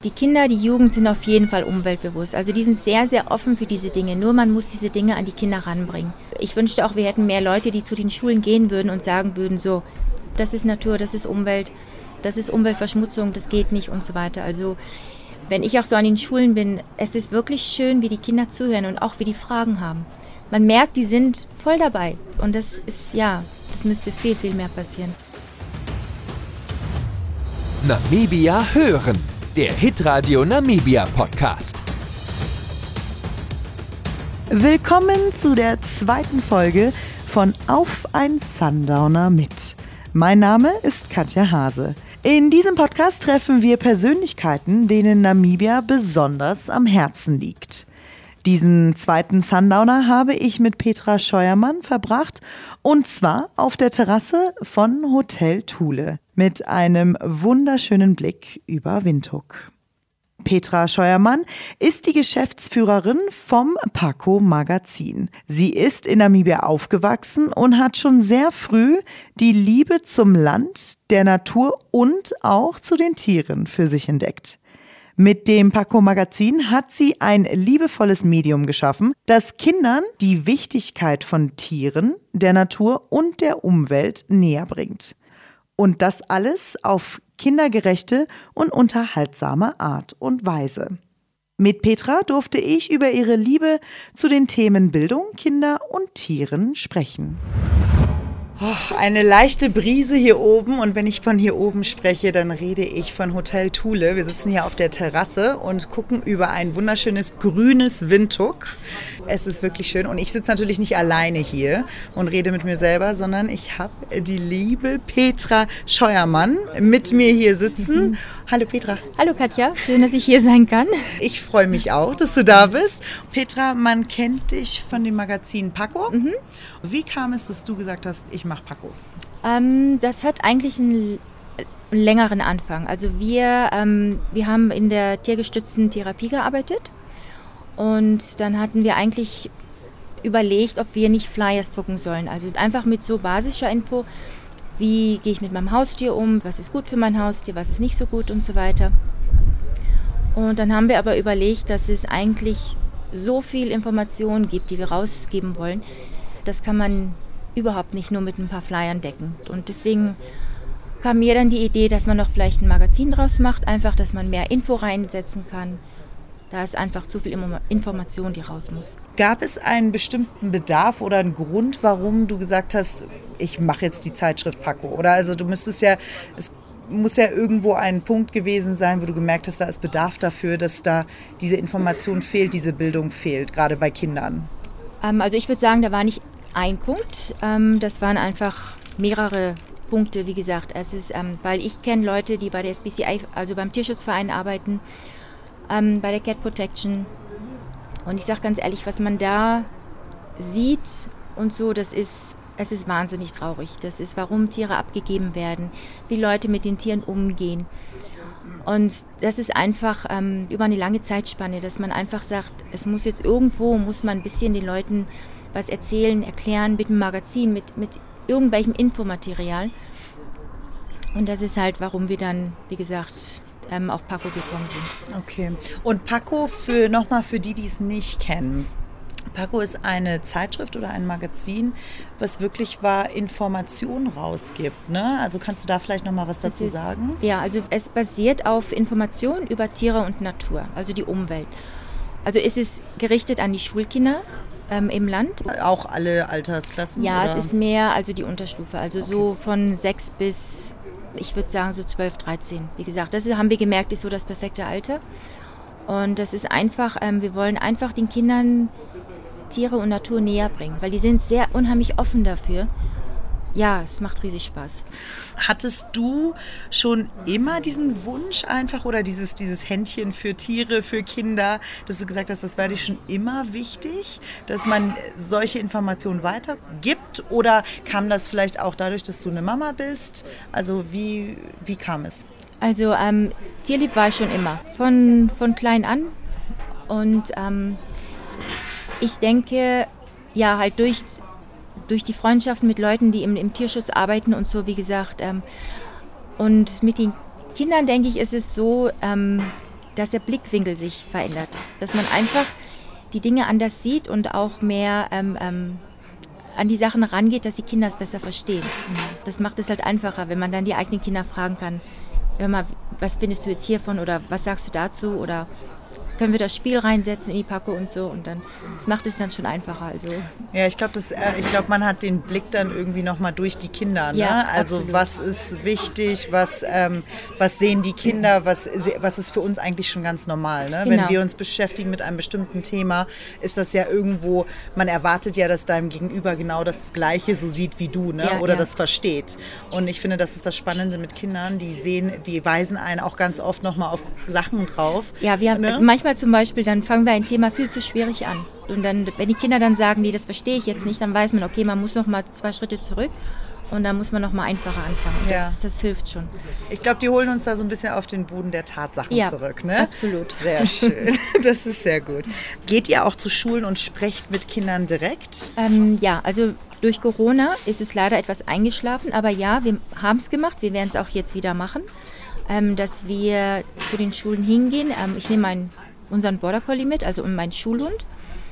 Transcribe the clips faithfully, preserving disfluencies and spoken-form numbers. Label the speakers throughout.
Speaker 1: Die Kinder, die Jugend sind auf jeden Fall umweltbewusst. Also die sind sehr, sehr offen für diese Dinge. Nur man muss diese Dinge an die Kinder ranbringen. Ich wünschte auch, wir hätten mehr Leute, die zu den Schulen gehen würden und sagen würden, so, das ist Natur, das ist Umwelt, das ist Umweltverschmutzung, das geht nicht und so weiter. Also wenn ich auch so an den Schulen bin, es ist wirklich schön, wie die Kinder zuhören und auch wie die Fragen haben. Man merkt, die sind voll dabei. Und das ist, ja, das müsste viel, viel mehr passieren.
Speaker 2: Namibia hören. Der Hitradio Namibia Podcast.
Speaker 3: Willkommen zu der zweiten Folge von Auf ein Sundowner mit. Mein Name ist Katja Hase. In diesem Podcast treffen wir Persönlichkeiten, denen Namibia besonders am Herzen liegt. Diesen zweiten Sundowner habe ich mit Petra Scheuermann verbracht und zwar auf der Terrasse von Hotel Thule mit einem wunderschönen Blick über Windhoek. Petra Scheuermann ist die Geschäftsführerin vom Paco Magazin. Sie ist in Namibia aufgewachsen und hat schon sehr früh die Liebe zum Land, der Natur und auch zu den Tieren für sich entdeckt. Mit dem Paco Magazin hat sie ein liebevolles Medium geschaffen, das Kindern die Wichtigkeit von Tieren, der Natur und der Umwelt näher bringt. Und das alles auf kindergerechte und unterhaltsame Art und Weise. Mit Petra durfte ich über ihre Liebe zu den Themen Bildung, Kinder und Tieren sprechen. Oh, eine leichte Brise hier oben und wenn ich von hier oben spreche, dann rede ich von Hotel Thule. Wir sitzen hier auf der Terrasse und gucken über ein wunderschönes grünes Windhoek. Es ist wirklich schön und ich sitze natürlich nicht alleine hier und rede mit mir selber, sondern ich habe die liebe Petra Scheuermann mit mir hier sitzen. Mhm. Hallo Petra.
Speaker 1: Hallo Katja, schön, dass ich hier sein kann.
Speaker 3: Ich freue mich auch, dass du da bist. Petra, man kennt dich von dem Magazin Paco. Mhm. Wie kam es, dass du gesagt hast, ich mache Paco?
Speaker 1: Ähm, das hat eigentlich einen längeren Anfang. Also wir, ähm, wir haben in der tiergestützten Therapie gearbeitet und dann hatten wir eigentlich überlegt, ob wir nicht Flyers drucken sollen. Also einfach mit so basischer Info, wie gehe ich mit meinem Haustier um, was ist gut für mein Haustier, was ist nicht so gut und so weiter. Und dann haben wir aber überlegt, dass es eigentlich so viel Information gibt, die wir rausgeben wollen. Das kann man überhaupt nicht nur mit ein paar Flyern decken. Und deswegen kam mir dann die Idee, dass man noch vielleicht ein Magazin draus macht, einfach, dass man mehr Info reinsetzen kann. Da ist einfach zu viel Information, die raus muss.
Speaker 3: Gab es einen bestimmten Bedarf oder einen Grund, warum du gesagt hast, ich mache jetzt die Zeitschrift Paco? Oder also du müsstest ja, es muss ja irgendwo ein Punkt gewesen sein, wo du gemerkt hast, da ist Bedarf dafür, dass da diese Information fehlt, diese Bildung fehlt, gerade bei Kindern.
Speaker 1: Ähm, also ich würde sagen, da war nicht ein Punkt, ähm, das waren einfach mehrere Punkte, wie gesagt. Es ist, ähm, weil ich kenne Leute, die bei der S P C I, also beim Tierschutzverein arbeiten, ähm, bei der Cat Protection. Und ich sage ganz ehrlich, was man da sieht und so, das ist, es ist wahnsinnig traurig. Das ist, warum Tiere abgegeben werden, wie Leute mit den Tieren umgehen. Und das ist einfach ähm, über eine lange Zeitspanne, dass man einfach sagt, es muss jetzt irgendwo, muss man ein bisschen den Leuten was erzählen, erklären mit dem Magazin, mit, mit irgendwelchem Infomaterial. Und das ist halt, warum wir dann, wie gesagt, ähm, auf Paco gekommen sind.
Speaker 3: Okay. Und Paco, für nochmal für die, die es nicht kennen. Paco ist eine Zeitschrift oder ein Magazin, was wirklich wahr Informationen rausgibt, ne? Also kannst du da vielleicht nochmal was dazu
Speaker 1: ist,
Speaker 3: sagen?
Speaker 1: Ja, also es basiert auf Informationen über Tiere und Natur, also die Umwelt. Also es ist gerichtet an die Schulkinder ähm, im Land.
Speaker 3: Auch alle Altersklassen?
Speaker 1: Ja,
Speaker 3: oder?
Speaker 1: Es ist mehr, also die Unterstufe, also
Speaker 3: okay. So
Speaker 1: von sechs bis, ich würde sagen, so zwölf, dreizehn. Wie gesagt, das ist, haben wir gemerkt, ist so das perfekte Alter. Und das ist einfach, ähm, wir wollen einfach den Kindern Tiere und Natur näher bringen, weil die sind sehr unheimlich offen dafür. Ja, es macht riesig Spaß.
Speaker 3: Hattest du schon immer diesen Wunsch einfach oder dieses, dieses Händchen für Tiere, für Kinder, dass du gesagt hast, das war dir schon immer wichtig, dass man solche Informationen weitergibt? Oder kam das vielleicht auch dadurch, dass du eine Mama bist? Also wie, wie kam es?
Speaker 1: Also ähm, tierlieb war ich schon immer, von, von klein an. Und ähm, ich denke, ja, halt durch, durch die Freundschaften mit Leuten, die im, im Tierschutz arbeiten und so, wie gesagt. Ähm, und mit den Kindern, denke ich, ist es so, ähm, dass der Blickwinkel sich verändert. Dass man einfach die Dinge anders sieht und auch mehr ähm, ähm, an die Sachen rangeht, dass die Kinder es besser verstehen. Das macht es halt einfacher, wenn man dann die eigenen Kinder fragen kann, hör mal, was findest du jetzt hiervon oder was sagst du dazu oder können wir das Spiel reinsetzen in die Paco und so und dann, das macht es dann schon einfacher. Also.
Speaker 3: Ja, ich glaube, äh, ich glaube, man hat den Blick dann irgendwie nochmal durch die Kinder. Ne?
Speaker 1: Ja,
Speaker 3: also
Speaker 1: absolut.
Speaker 3: Was ist wichtig, was, ähm, was sehen die Kinder, was, was ist für uns eigentlich schon ganz normal. Ne?
Speaker 1: Genau.
Speaker 3: Wenn wir uns beschäftigen mit einem bestimmten Thema, ist das ja irgendwo, man erwartet ja, dass deinem Gegenüber genau das Gleiche so sieht wie du, ne?
Speaker 1: Ja,
Speaker 3: oder
Speaker 1: ja.
Speaker 3: das versteht. Und ich finde, das ist das Spannende mit Kindern, die sehen, die weisen einen auch ganz oft nochmal auf Sachen drauf.
Speaker 1: Ja, wir haben
Speaker 3: ne?
Speaker 1: also manchmal zum Beispiel, dann fangen wir ein Thema viel zu schwierig an. Und dann, wenn die Kinder dann sagen, nee, das verstehe ich jetzt nicht, dann weiß man, okay, man muss noch mal zwei Schritte zurück und dann muss man noch mal einfacher anfangen. Und
Speaker 3: Ja.
Speaker 1: das, das hilft schon.
Speaker 3: Ich glaube, die holen uns da so ein bisschen auf den Boden der Tatsachen
Speaker 1: Ja,
Speaker 3: zurück. Ne?
Speaker 1: absolut.
Speaker 3: Sehr schön. Das ist sehr gut. Geht ihr auch zu Schulen und sprecht mit Kindern direkt?
Speaker 1: Ähm, ja, also durch Corona ist es leider etwas eingeschlafen, aber ja, wir haben es gemacht, wir werden es auch jetzt wieder machen, ähm, dass wir zu den Schulen hingehen. Ähm, ich nehme meinen unseren Border Collie mit, also meinen Schulhund.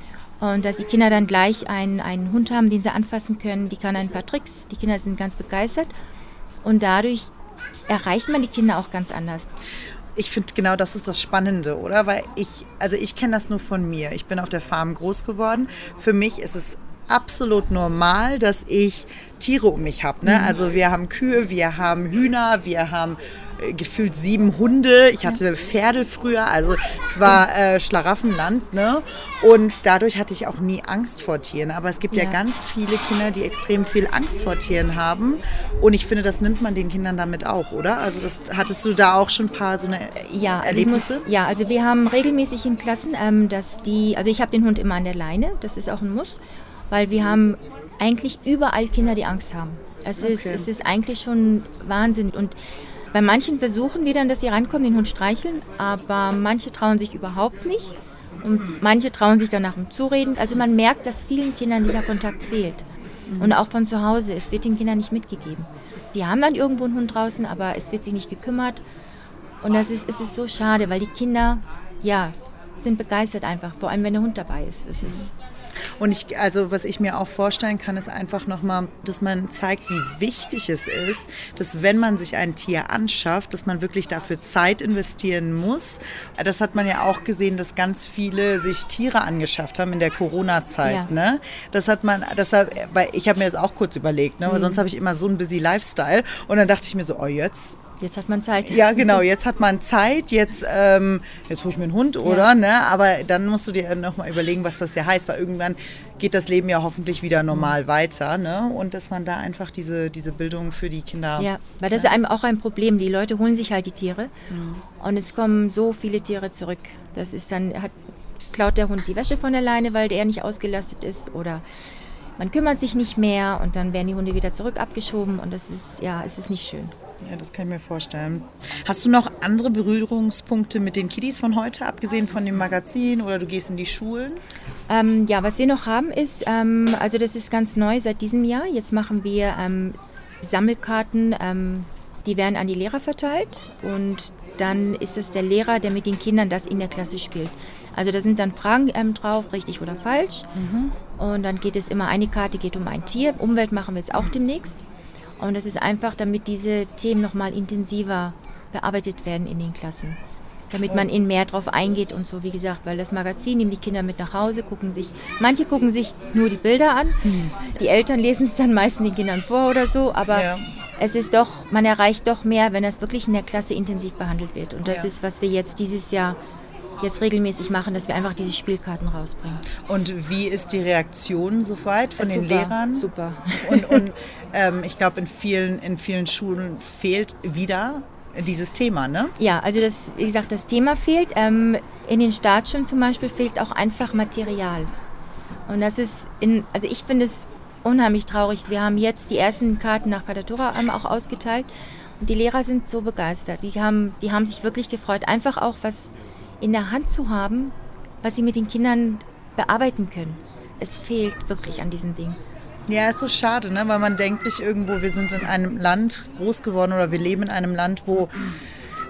Speaker 1: Und dass die Kinder dann gleich einen, einen Hund haben, den sie anfassen können. Die kann ein paar Tricks. Die Kinder sind ganz begeistert. Und dadurch erreicht man die Kinder auch ganz anders.
Speaker 3: Ich finde, genau das ist das Spannende, oder? Weil ich, also ich kenne das nur von mir. Ich bin auf der Farm groß geworden. Für mich ist es absolut normal, dass ich Tiere um mich habe. Ne? Also wir haben Kühe, wir haben Hühner, wir haben äh, gefühlt sieben Hunde. Ich hatte Pferde früher, also es war äh, Schlaraffenland. Ne? Und dadurch hatte ich auch nie Angst vor Tieren. Aber es gibt ja.
Speaker 1: Ja.
Speaker 3: ganz viele Kinder, die extrem viel Angst vor Tieren haben. Und ich finde, das nimmt man den Kindern damit auch, oder? Also das, hattest du da auch schon ein paar so eine
Speaker 1: Ja, also ich
Speaker 3: Erlebnisse?
Speaker 1: muss, ja, also wir haben regelmäßig in Klassen, ähm, dass die, also ich habe den Hund immer an der Leine, das ist auch ein Muss, weil wir haben eigentlich überall Kinder, die Angst haben. Es ist,
Speaker 3: Okay.
Speaker 1: es ist eigentlich schon Wahnsinn. Und bei manchen versuchen wir dann, dass sie rankommen, den Hund streicheln, aber manche trauen sich überhaupt nicht und manche trauen sich dann nach dem Zureden. Also man merkt, dass vielen Kindern dieser Kontakt fehlt. Und auch von zu Hause, es wird den Kindern nicht mitgegeben. Die haben dann irgendwo einen Hund draußen, aber es wird sich nicht gekümmert. Und das ist, es ist so schade, weil die Kinder, ja, sind begeistert einfach, vor allem wenn der Hund dabei ist. Das ist
Speaker 3: Und ich, also was ich mir auch vorstellen kann, ist einfach nochmal, dass man zeigt, wie wichtig es ist, dass wenn man sich ein Tier anschafft, dass man wirklich dafür Zeit investieren muss. Das hat man ja auch gesehen, dass ganz viele sich Tiere angeschafft haben in der Corona-Zeit.
Speaker 1: Ja.
Speaker 3: Ne? Das hat man, das hat, weil ich habe mir das auch kurz überlegt, ne? Weil
Speaker 1: Mhm.
Speaker 3: sonst habe ich immer so einen busy Lifestyle und dann dachte ich mir so, oh jetzt...
Speaker 1: Jetzt hat man Zeit.
Speaker 3: Ja, genau, jetzt hat man Zeit, jetzt, ähm, jetzt hole ich mir einen Hund, oder?
Speaker 1: Ja.
Speaker 3: Ne? Aber dann musst du dir nochmal überlegen, was das ja heißt, weil irgendwann geht das Leben ja hoffentlich wieder normal weiter. Ne? Und dass man da einfach diese, diese Bildung für die Kinder...
Speaker 1: Ja, weil das ist einem auch ein Problem. Die Leute holen sich halt die Tiere und es kommen so viele Tiere zurück. Das ist dann, hat, klaut der Hund die Wäsche von der Leine, weil der nicht ausgelastet ist oder man kümmert sich nicht mehr und dann werden die Hunde wieder zurück abgeschoben und das ist, ja, es ist nicht schön.
Speaker 3: Ja, das kann ich mir vorstellen. Hast du noch andere Berührungspunkte mit den Kiddies von heute, abgesehen von dem Magazin oder du gehst in die Schulen?
Speaker 1: Ähm, ja, was wir noch haben ist, ähm, also das ist ganz neu seit diesem Jahr. Jetzt machen wir ähm, Sammelkarten, ähm, die werden an die Lehrer verteilt und dann ist es der Lehrer, der mit den Kindern das in der Klasse spielt. Also da sind dann Fragen ähm, drauf, richtig oder falsch. Mhm. Und dann geht es immer, eine Karte geht um ein Tier. Umwelt machen wir jetzt auch demnächst. Und das ist einfach, damit diese Themen nochmal intensiver bearbeitet werden in den Klassen. Damit man in mehr drauf eingeht und so, wie gesagt, weil das Magazin nehmen die Kinder mit nach Hause, gucken sich, manche gucken sich nur die Bilder an, hm. die Eltern lesen es dann meistens den Kindern vor oder so, aber ja. es ist doch, man erreicht doch mehr, wenn das wirklich in der Klasse intensiv behandelt wird. Und das ja. ist, was wir jetzt dieses Jahr jetzt regelmäßig machen, dass wir einfach diese Spielkarten rausbringen.
Speaker 3: Und wie ist die Reaktion soweit von
Speaker 1: ja,
Speaker 3: den
Speaker 1: super,
Speaker 3: Lehrern?
Speaker 1: Super.
Speaker 3: Und, und ähm, ich glaube, in vielen, in vielen Schulen fehlt wieder dieses Thema, ne?
Speaker 1: Ja, also das, wie gesagt, das Thema fehlt. Ähm, in den Staatsschulen zum Beispiel fehlt auch einfach Material. Und das ist, in, also ich finde es unheimlich traurig. Wir haben jetzt die ersten Karten nach Patatura auch ausgeteilt und die Lehrer sind so begeistert. Die haben, die haben sich wirklich gefreut, einfach auch was in der Hand zu haben, was sie mit den Kindern bearbeiten können. Es fehlt wirklich an diesen Dingen.
Speaker 3: Ja, ist so schade, ne? Weil man denkt sich irgendwo, wir sind in einem Land groß geworden oder wir leben in einem Land, wo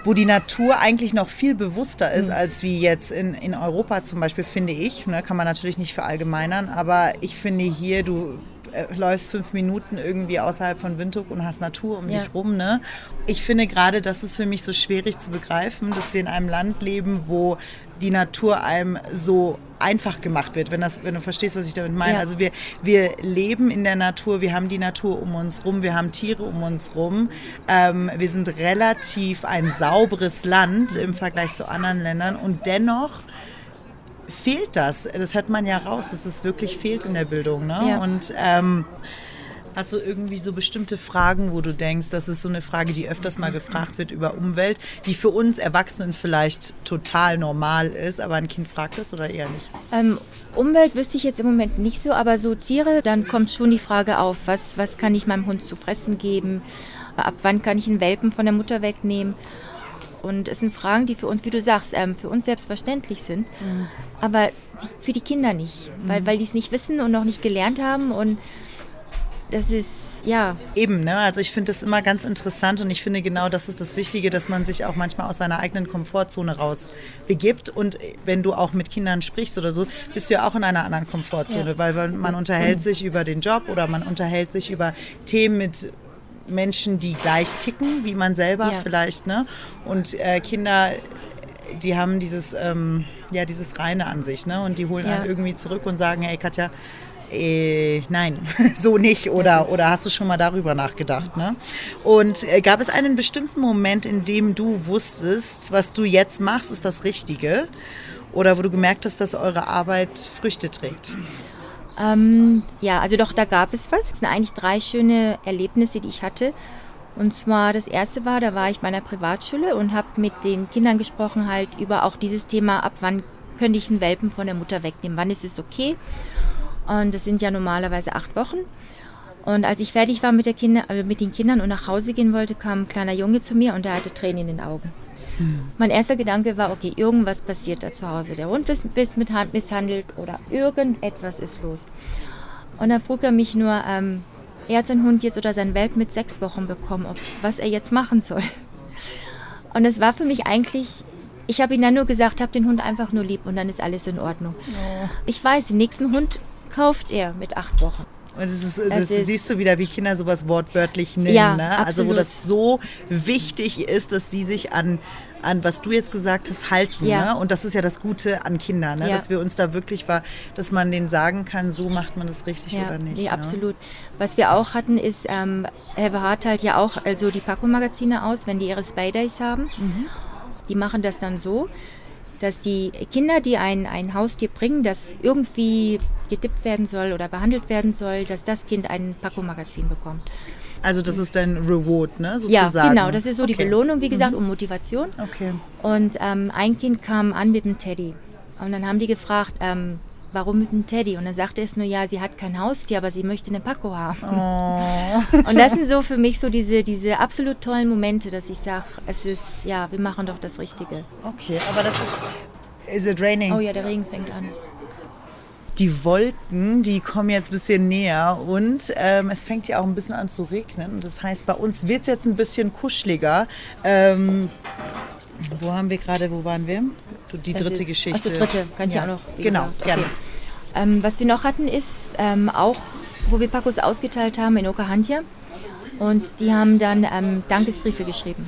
Speaker 3: wo die Natur eigentlich noch viel bewusster ist, mhm. als wie jetzt in, in Europa zum Beispiel, finde ich. Ne, kann man natürlich nicht verallgemeinern, aber ich finde hier, du äh, läufst fünf Minuten irgendwie außerhalb von Windhoek und hast Natur um ja. dich rum. Ne? Ich finde gerade, das ist für mich so schwierig zu begreifen, dass wir in einem Land leben, wo die Natur einem so einfach gemacht wird, wenn, das, wenn du verstehst, was ich damit meine. Ja. Also wir, wir leben in der Natur, wir haben die Natur um uns rum, wir haben Tiere um uns rum. Ähm, wir sind relativ ein sauberes Land im Vergleich zu anderen Ländern und dennoch fehlt das. Das hört man ja raus, dass es wirklich fehlt in der Bildung. Ne? Ja. Und ähm, hast du irgendwie so bestimmte Fragen, wo du denkst, das ist so eine Frage, die öfters mal gefragt wird über Umwelt, die für uns Erwachsenen vielleicht total normal ist, aber ein Kind fragt das oder eher nicht?
Speaker 1: Ähm, Umwelt wüsste ich jetzt im Moment nicht so, aber so Tiere, dann kommt schon die Frage auf, was, was kann ich meinem Hund zu fressen geben, ab wann kann ich einen Welpen von der Mutter wegnehmen? Und es sind Fragen, die für uns, wie du sagst, ähm, für uns selbstverständlich sind, mhm. aber die, für die Kinder nicht, mhm. weil, weil die es nicht wissen und noch nicht gelernt haben und das ist, ja.
Speaker 3: Eben, ne? Also ich finde das immer ganz interessant und ich finde genau das ist das Wichtige, dass man sich auch manchmal aus seiner eigenen Komfortzone raus begibt und wenn du auch mit Kindern sprichst oder so, bist du ja auch in einer anderen Komfortzone, ja. weil, weil man unterhält mhm. sich über den Job oder man unterhält sich über Themen mit Menschen, die gleich ticken, wie man selber ja. vielleicht, ne? Und äh, Kinder, die haben dieses, ähm, ja, dieses Reine an sich, ne? Und die holen ja. dann irgendwie zurück und sagen, hey Katja, Äh, nein, so nicht. Oder, oder hast du schon mal darüber nachgedacht? Ne? Und äh, gab es einen bestimmten Moment, in dem du wusstest, was du jetzt machst, ist das Richtige? Oder wo du gemerkt hast, dass eure Arbeit Früchte trägt?
Speaker 1: Ähm, ja, also doch, da gab es was. Es sind eigentlich drei schöne Erlebnisse, die ich hatte. Und zwar das erste war, da war ich bei einer Privatschule und habe mit den Kindern gesprochen halt über auch dieses Thema, ab wann könnte ich einen Welpen von der Mutter wegnehmen, wann ist es okay? Und das sind ja normalerweise acht Wochen. Und als ich fertig war mit, der Kinder, also mit den Kindern und nach Hause gehen wollte, kam ein kleiner Junge zu mir und der hatte Tränen in den Augen. Hm. Mein erster Gedanke war, okay, irgendwas passiert da zu Hause. Der Hund ist, ist misshandelt oder irgendetwas ist los. Und dann frug er mich nur, ähm, er hat seinen Hund jetzt oder seinen Welpen mit sechs Wochen bekommen, ob, was er jetzt machen soll. Und das war für mich eigentlich... Ich habe ihm dann nur gesagt, hab den Hund einfach nur lieb und dann ist alles in Ordnung. Oh. Ich weiß, den nächsten Hund kauft er mit acht Wochen.
Speaker 3: Und das, ist, das ist, siehst du wieder, wie Kinder sowas wortwörtlich nennen. Ja, ne? Also wo das so wichtig ist, dass sie sich an, an was du jetzt gesagt hast, halten. Ja. Ne? Und das ist ja das Gute an Kindern, ne? Ja. Dass wir uns da wirklich, war, dass man denen sagen kann, so macht man das richtig ja, oder nicht.
Speaker 1: Ja,
Speaker 3: ne?
Speaker 1: absolut. Was wir auch hatten ist, ähm, Herr teilt ja auch also die Paco-Magazine aus, wenn die ihre Spay Days haben. Mhm. Die machen das dann so, dass die Kinder, die ein, ein Haustier bringen, das irgendwie gedippt werden soll oder behandelt werden soll, dass das Kind ein Paco-Magazin bekommt.
Speaker 3: Also das ist dein Reward, ne, sozusagen? Ja,
Speaker 1: genau, das ist so okay. Die Belohnung, wie gesagt,
Speaker 3: mhm.
Speaker 1: und Motivation.
Speaker 3: Okay.
Speaker 1: Und ähm, ein Kind kam an mit einem Teddy und dann haben die gefragt, ähm, warum mit einem Teddy? Und dann sagte es nur, ja, sie hat kein Haustier, aber sie möchte eine Paco haben.
Speaker 3: Oh.
Speaker 1: Und das sind so für mich so diese, diese absolut tollen Momente, dass ich sage, es ist, ja, wir machen doch das Richtige.
Speaker 3: Okay, aber das ist, is it raining?
Speaker 1: Oh ja, der Regen fängt an.
Speaker 3: Die Wolken, die kommen jetzt ein bisschen näher und ähm, es fängt ja auch ein bisschen an zu regnen. Und das heißt, bei uns wird es jetzt ein bisschen kuscheliger. Ähm, Wo haben wir gerade, wo waren wir? Die das dritte ist, Geschichte.
Speaker 1: Ach, die dritte, kann ich ja auch noch.
Speaker 3: Genau,
Speaker 1: gesagt.
Speaker 3: gerne.
Speaker 1: Okay. Ähm, was wir noch hatten ist, ähm, auch wo wir Pacos ausgeteilt haben in Okahandja. Und die haben dann ähm, Dankesbriefe geschrieben.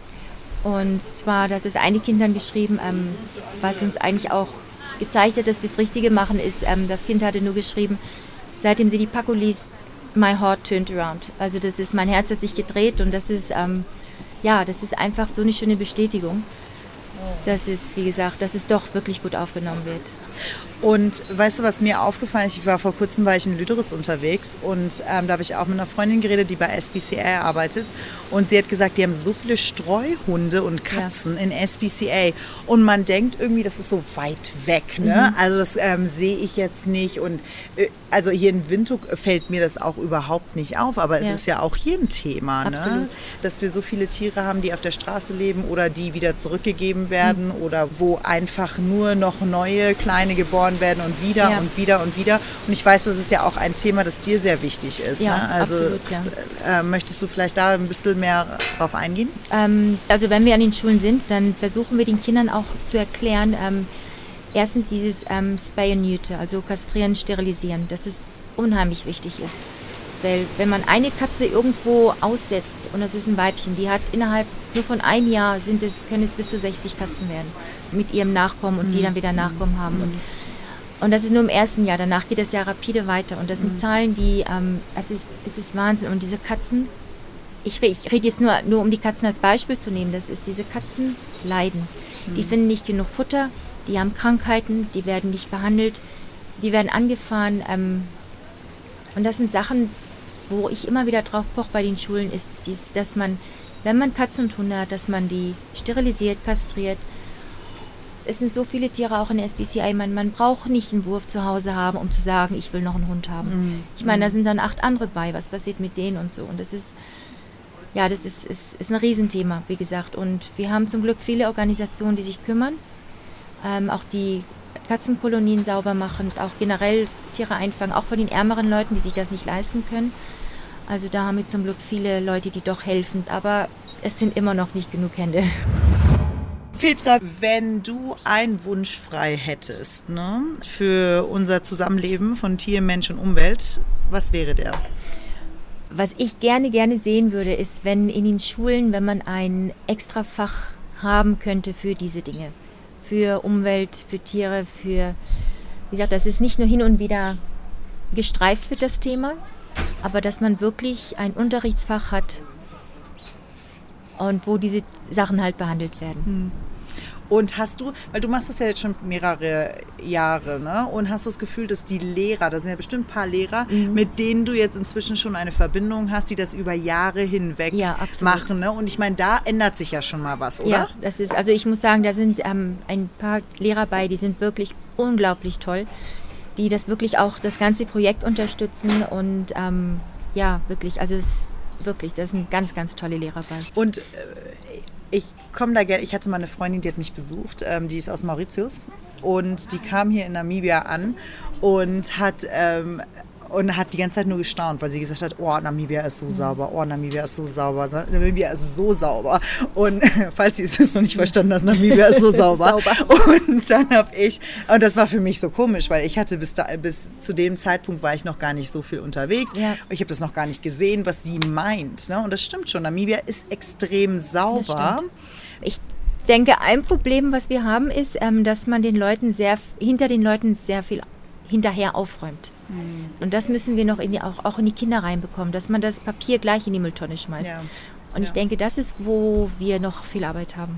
Speaker 1: Und zwar hat das eine Kind dann geschrieben, ähm, was uns eigentlich auch gezeigt hat, dass wir das Richtige machen, ist, ähm, das Kind hatte nur geschrieben, seitdem sie die Paco liest, my heart turned around. Also das ist, mein Herz hat sich gedreht und das ist... Ähm, Ja, das ist einfach so eine schöne Bestätigung, dass es, wie gesagt, dass es doch wirklich gut aufgenommen wird.
Speaker 3: Und weißt du, was mir aufgefallen ist? Ich war vor kurzem war ich in Lüderitz unterwegs und ähm, da habe ich auch mit einer Freundin geredet, die bei S P C A arbeitet. Und sie hat gesagt, die haben so viele Streuhunde und Katzen ja. in S P C A. Und man denkt irgendwie, das ist so weit weg. Ne? Mhm. Also das ähm, sehe ich jetzt nicht. Und äh, also hier in Windhoek fällt mir das auch überhaupt nicht auf. Aber es ja. ist ja auch hier ein Thema, ne? Dass wir so viele Tiere haben, die auf der Straße leben oder die wieder zurückgegeben werden mhm. oder wo einfach nur noch neue kleine Schweine geboren werden und wieder
Speaker 1: ja.
Speaker 3: und wieder und wieder. Und ich weiß, das ist ja auch ein Thema, das dir sehr wichtig ist.
Speaker 1: Ja,
Speaker 3: ne? Also
Speaker 1: absolut, ja.
Speaker 3: äh, möchtest du vielleicht da ein bisschen mehr drauf eingehen?
Speaker 1: Ähm, also wenn wir an den Schulen sind, dann versuchen wir den Kindern auch zu erklären, ähm, erstens dieses ähm, Spay and Neuter, also kastrieren, sterilisieren, dass es unheimlich wichtig ist. Weil wenn man eine Katze irgendwo aussetzt, und das ist ein Weibchen, die hat innerhalb nur von einem Jahr, sind es, können es bis zu sechzig Katzen werden mit ihrem Nachkommen und mhm. die dann wieder Nachkommen haben. Und, und das ist nur im ersten Jahr, danach geht es ja rapide weiter. Und das sind mhm. Zahlen, die, ähm, es, ist, es ist Wahnsinn. Und diese Katzen, ich, ich rede jetzt nur, nur um die Katzen als Beispiel zu nehmen, das ist, diese Katzen leiden. Mhm. Die finden nicht genug Futter, die haben Krankheiten, die werden nicht behandelt, die werden angefahren. Ähm, und das sind Sachen, wo ich immer wieder drauf poche bei den Schulen, ist, dies, dass man, wenn man Katzen und Hunde hat, dass man die sterilisiert, kastriert. Es sind so viele Tiere auch in der S P C A, man, man braucht nicht einen Wurf zu Hause haben, um zu sagen, ich will noch einen Hund haben. Mhm. Ich meine, da sind dann acht andere bei, was passiert mit denen und so. Und das ist, ja, das ist, ist, ist ein Riesenthema, wie gesagt. Und wir haben zum Glück viele Organisationen, die sich kümmern, ähm, auch die Katzenkolonien sauber machen, auch generell Tiere einfangen, auch von den ärmeren Leuten, die sich das nicht leisten können. Also da haben wir zum Glück viele Leute, die doch helfen, aber es sind immer noch nicht genug Hände.
Speaker 3: Petra, wenn du einen Wunsch frei hättest, ne, für unser Zusammenleben von Tier, Mensch und Umwelt, was wäre der?
Speaker 1: Was ich gerne, gerne sehen würde, ist, wenn in den Schulen, wenn man ein extra Fach haben könnte für diese Dinge. Für Umwelt, für Tiere, für, wie gesagt, dass es nicht nur hin und wieder gestreift wird, das Thema, aber dass man wirklich ein Unterrichtsfach hat und wo diese Sachen halt behandelt werden.
Speaker 3: Und hast du, weil du machst das ja jetzt schon mehrere Jahre, ne? Und hast du das Gefühl, dass die Lehrer, da sind ja bestimmt ein paar Lehrer, mhm. mit denen du jetzt inzwischen schon eine Verbindung hast, die das über Jahre hinweg
Speaker 1: ja,
Speaker 3: machen, ne? Und ich meine, da ändert sich ja schon mal was, oder?
Speaker 1: Ja, das ist, also ich muss sagen, da sind ähm, ein paar Lehrer bei, die sind wirklich unglaublich toll, die das wirklich auch, das ganze Projekt unterstützen und ähm, ja, wirklich, also es wirklich, das sind ganz, ganz tolle Lehrer bei.
Speaker 3: Und äh, ich komme da gerne, ich hatte mal eine Freundin, die hat mich besucht, ähm, die ist aus Mauritius und die kam hier in Namibia an und hat, ähm, und hat die ganze Zeit nur gestaunt, weil sie gesagt hat, oh, Namibia ist so sauber, oh, Namibia ist so sauber, Namibia ist so sauber. Und falls sie es noch nicht verstanden hat, Namibia ist so sauber. Und dann habe ich, und das war für mich so komisch, weil ich hatte bis, da, bis zu dem Zeitpunkt war ich noch gar nicht so viel unterwegs. Ja. Ich habe das noch gar nicht gesehen, was sie meint. Ne? Und das stimmt schon, Namibia ist extrem sauber.
Speaker 1: Ich denke, ein Problem, was wir haben, ist, dass man den Leuten sehr, hinter den Leuten sehr viel hinterher aufräumt. Mhm. Und das müssen wir noch in die, auch, auch in die Kinder reinbekommen, dass man das Papier gleich in die Mülltonne schmeißt. Ja. Und ich ja. denke, das ist, wo wir noch viel Arbeit haben.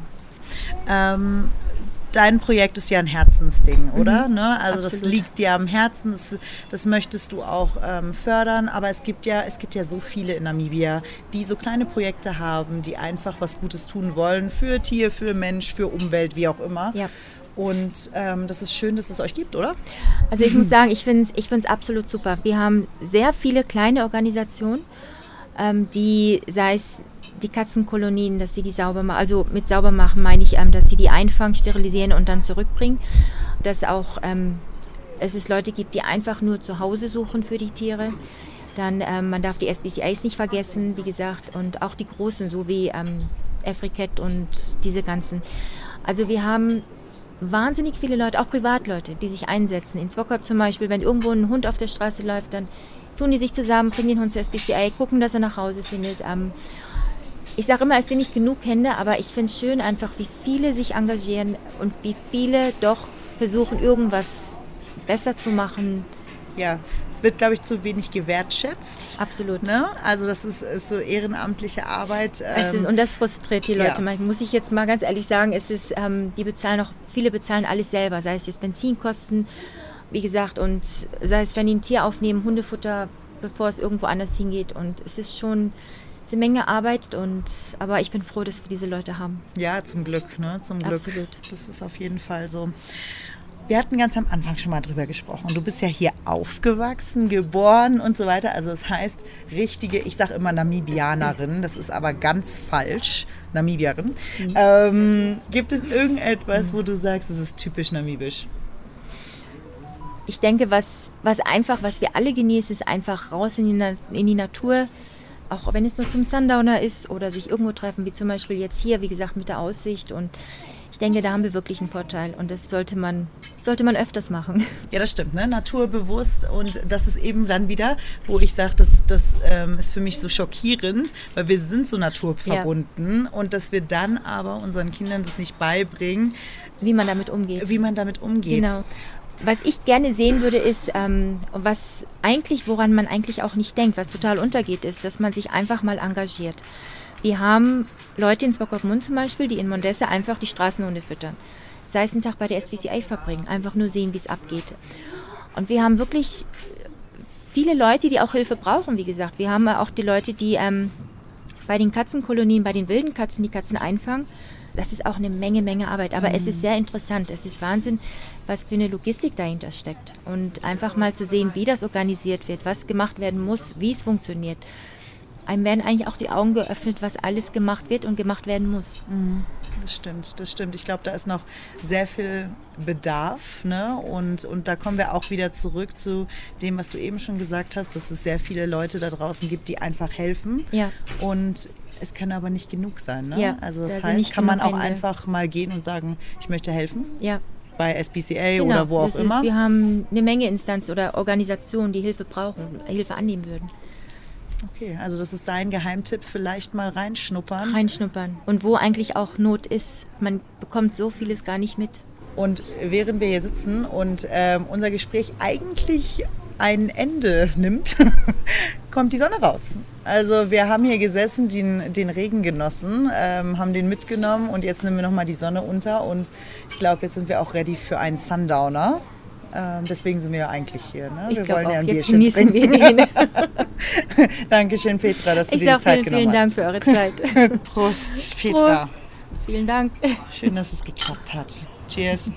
Speaker 3: Ähm, dein Projekt ist ja ein Herzensding, oder? Mhm. Ne? Also
Speaker 1: Absolut.
Speaker 3: Das liegt dir am Herzen, das, das möchtest du auch ähm, fördern, aber es gibt ja, es gibt ja so viele in Namibia, die so kleine Projekte haben, die einfach was Gutes tun wollen für Tier, für Mensch, für Umwelt, wie auch immer. Ja. Und ähm, das ist schön, dass es euch gibt, oder?
Speaker 1: Also ich muss sagen, ich finde es ich find's absolut super. Wir haben sehr viele kleine Organisationen, ähm, die, sei es die Katzenkolonien, dass sie die sauber machen, also mit sauber machen meine ich, ähm, dass sie die einfangen, sterilisieren und dann zurückbringen. Dass auch ähm, es ist Leute gibt, die einfach nur zu Hause suchen für die Tiere. Dann, ähm, man darf die S P C As nicht vergessen, wie gesagt, und auch die großen, so wie ähm, Africat und diese ganzen. Also wir haben wahnsinnig viele Leute, auch Privatleute, die sich einsetzen. In Swakop zum Beispiel, wenn irgendwo ein Hund auf der Straße läuft, dann tun die sich zusammen, bringen den Hund zur S P C A, gucken, dass er nach Hause findet. Ähm, ich sage immer, es sind nicht genug Hände, aber ich finde es schön einfach, wie viele sich engagieren und wie viele doch versuchen, irgendwas besser zu machen.
Speaker 3: Ja, es wird, glaube ich, zu wenig gewertschätzt.
Speaker 1: Absolut.
Speaker 3: Ne? Also das ist, ist so ehrenamtliche Arbeit.
Speaker 1: Ähm, ist, und das frustriert die Leute. Ja. Muss ich jetzt mal ganz ehrlich sagen, es ist, ähm, die bezahlen auch, viele bezahlen alles selber, sei es jetzt Benzinkosten, wie gesagt, und sei es, wenn die ein Tier aufnehmen, Hundefutter, bevor es irgendwo anders hingeht. Und es ist schon eine Menge Arbeit, und, aber ich bin froh, dass wir diese Leute haben.
Speaker 3: Ja, zum Glück, ne? Zum Glück.
Speaker 1: Absolut.
Speaker 3: Das ist auf jeden Fall so. Wir hatten ganz am Anfang schon mal drüber gesprochen. Du bist ja hier aufgewachsen, geboren und so weiter. Also das heißt, richtige, ich sage immer Namibianerin, das ist aber ganz falsch, Namibierin. Mhm. Ähm, gibt es irgendetwas, wo du sagst, das ist typisch namibisch?
Speaker 1: ich denke, was, was einfach, was wir alle genießen, ist einfach raus in die, Na- in die Natur, auch wenn es nur zum Sundowner ist oder sich irgendwo treffen, wie zum Beispiel jetzt hier, wie gesagt, mit der Aussicht. Und ich denke, da haben wir wirklich einen Vorteil und das sollte man, sollte man öfters machen.
Speaker 3: Ja, das stimmt, ne? Naturbewusst, und das ist eben dann wieder, wo ich sage, das, das ähm, ist für mich so schockierend, weil wir sind so naturverbunden, ja. Und dass wir dann aber unseren Kindern das nicht beibringen,
Speaker 1: wie man damit umgeht.
Speaker 3: Wie man damit umgeht.
Speaker 1: Genau. Was ich gerne sehen würde, ist, ähm, was eigentlich, woran man eigentlich auch nicht denkt, was total untergeht, ist, dass man sich einfach mal engagiert. Wir haben Leute in Swakopmund zum Beispiel, die in Mondesse einfach die Straßenhunde füttern. Sei es einen Tag bei der S P C A verbringen, einfach nur sehen, wie es abgeht. Und wir haben wirklich viele Leute, die auch Hilfe brauchen, wie gesagt. Wir haben auch die Leute, die ähm, bei den Katzenkolonien, bei den wilden Katzen die Katzen einfangen. Das ist auch eine Menge, Menge Arbeit. Aber mhm. es ist sehr interessant. Es ist Wahnsinn, was für eine Logistik dahinter steckt. Und einfach mal zu sehen, wie das organisiert wird, was gemacht werden muss, wie es funktioniert. Einem werden eigentlich auch die Augen geöffnet, was alles gemacht wird und gemacht werden muss.
Speaker 3: Mhm. Das stimmt, das stimmt. Ich glaube, da ist noch sehr viel Bedarf, ne? Und, und da kommen wir auch wieder zurück zu dem, was du eben schon gesagt hast, dass es sehr viele Leute da draußen gibt, die einfach helfen.
Speaker 1: Ja.
Speaker 3: Und es kann aber nicht genug sein, ne?
Speaker 1: Ja,
Speaker 3: also das
Speaker 1: da
Speaker 3: heißt, kann man auch
Speaker 1: Hände.
Speaker 3: einfach mal gehen und sagen, ich möchte helfen.
Speaker 1: Ja.
Speaker 3: Bei S P C A
Speaker 1: genau,
Speaker 3: oder wo auch
Speaker 1: das
Speaker 3: immer.
Speaker 1: Ist, wir haben eine Menge Instanzen oder Organisationen, die Hilfe brauchen, Hilfe annehmen würden.
Speaker 3: Okay, also das ist dein Geheimtipp, vielleicht mal reinschnuppern.
Speaker 1: Reinschnuppern. Und wo eigentlich auch Not ist. Man bekommt so vieles gar nicht mit.
Speaker 3: Und während wir hier sitzen und ähm, unser Gespräch eigentlich ein Ende nimmt, kommt die Sonne raus. Also wir haben hier gesessen, den, den Regen genossen, ähm, haben den mitgenommen und jetzt nehmen wir nochmal die Sonne unter und ich glaube, jetzt sind wir auch ready für einen Sundowner. Ähm, deswegen sind wir ja eigentlich hier. Ne?
Speaker 1: Ich
Speaker 3: wir wollen
Speaker 1: auch.
Speaker 3: ja ein
Speaker 1: Jetzt
Speaker 3: Bierchen
Speaker 1: genießen
Speaker 3: trinken.
Speaker 1: wir den.
Speaker 3: Dankeschön, Petra, dass du
Speaker 1: ich
Speaker 3: dir die Zeit
Speaker 1: vielen,
Speaker 3: genommen
Speaker 1: vielen Dank
Speaker 3: hast.
Speaker 1: für eure Zeit.
Speaker 3: Prost, Petra.
Speaker 1: Prost. Vielen Dank.
Speaker 3: Schön, dass es geklappt hat. Cheers.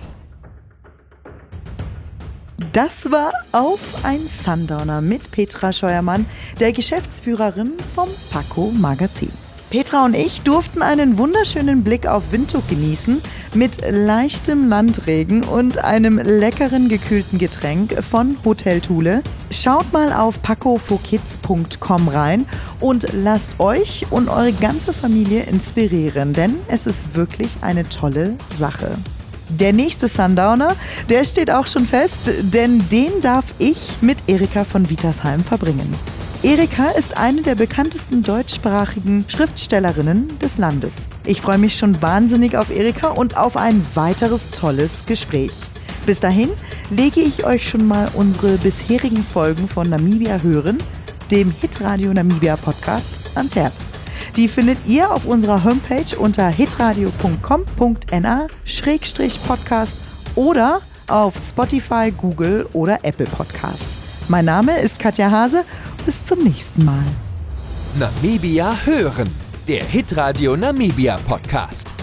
Speaker 3: Das war Auf ein Sundowner mit Petra Scheuermann, der Geschäftsführerin vom Paco Magazin. Petra und ich durften einen wunderschönen Blick auf Windhoek genießen mit leichtem Landregen und einem leckeren gekühlten Getränk von Hotel Thule. Schaut mal auf paco for kids punkt com rein und lasst euch und eure ganze Familie inspirieren, denn es ist wirklich eine tolle Sache. Der nächste Sundowner, der steht auch schon fest, denn den darf ich mit Erika von Wietersheim verbringen. Erika ist eine der bekanntesten deutschsprachigen Schriftstellerinnen des Landes. Ich freue mich schon wahnsinnig auf Erika und auf ein weiteres tolles Gespräch. Bis dahin lege ich euch schon mal unsere bisherigen Folgen von Namibia hören, dem Hitradio Namibia Podcast, ans Herz. Die findet ihr auf unserer Homepage unter hitradio punkt com punkt na schrägstrich podcast oder auf Spotify, Google oder Apple Podcast. Mein Name ist Katja Hase. Bis zum nächsten Mal.
Speaker 2: Namibia hören, der Hitradio Namibia Podcast.